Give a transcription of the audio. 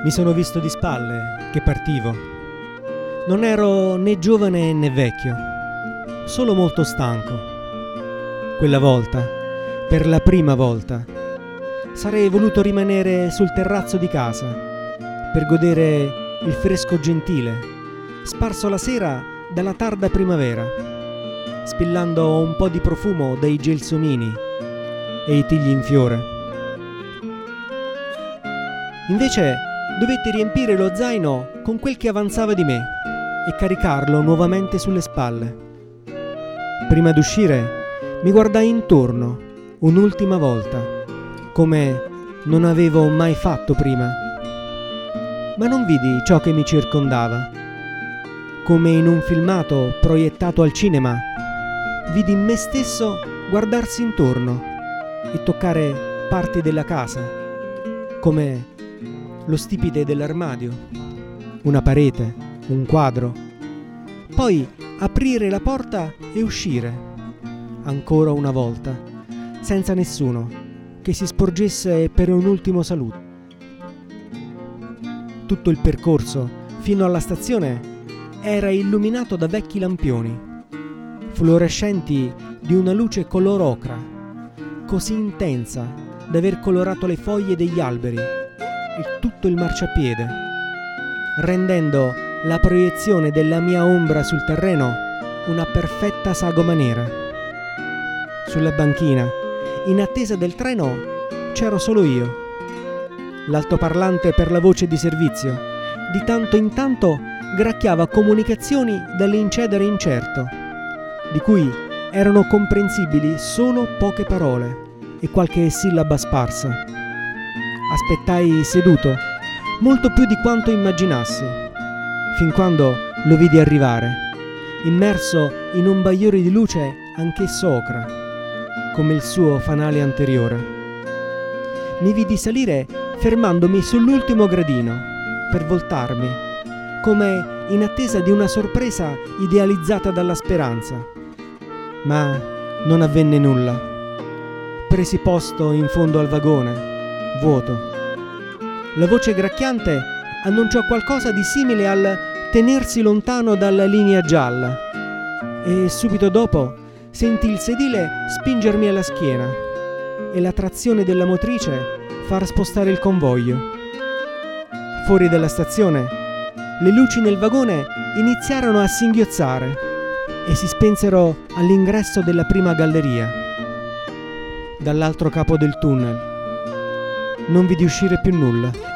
Mi sono visto di spalle che partivo. Non ero né giovane né vecchio, solo molto stanco. Quella volta, per la prima volta, sarei voluto rimanere sul terrazzo di casa per godere il fresco gentile, sparso la sera dalla tarda primavera, spillando un po' di profumo dai gelsomini e i tigli in fiore. Invece dovetti riempire lo zaino con quel che avanzava di me e caricarlo nuovamente sulle spalle. Prima d'uscire mi guardai intorno un'ultima volta, come non avevo mai fatto prima. Ma non vidi ciò che mi circondava. Come in un filmato proiettato al cinema, vidi me stesso guardarsi intorno e toccare parti della casa, come lo stipite dell'armadio, una parete, un quadro. Poi aprire la porta e uscire, ancora una volta, senza nessuno che si sporgesse per un ultimo saluto. Tutto il percorso fino alla stazione era illuminato da vecchi lampioni, fluorescenti di una luce color ocra, così intensa da aver colorato le foglie degli alberi e tutto il marciapiede, rendendo la proiezione della mia ombra sul terreno una perfetta sagoma nera. Sulla banchina, in attesa del treno, c'ero solo io. L'altoparlante per la voce di servizio di tanto in tanto gracchiava comunicazioni dall'incedere incerto, di cui erano comprensibili solo poche parole e qualche sillaba sparsa. Aspettai seduto, molto più di quanto immaginassi, fin quando lo vidi arrivare, immerso in un bagliore di luce anch'esso ocra, come il suo fanale anteriore. Mi vidi salire fermandomi sull'ultimo gradino, per voltarmi, come in attesa di una sorpresa idealizzata dalla speranza. Ma non avvenne nulla. Presi posto in fondo al vagone, vuoto. La voce gracchiante annunciò qualcosa di simile al tenersi lontano dalla linea gialla e subito dopo sentii il sedile spingermi alla schiena e la trazione della motrice far spostare il convoglio. Fuori dalla stazione, le luci nel vagone iniziarono a singhiozzare e si spensero all'ingresso della prima galleria. Dall'altro capo del tunnel non vidi uscire più nulla.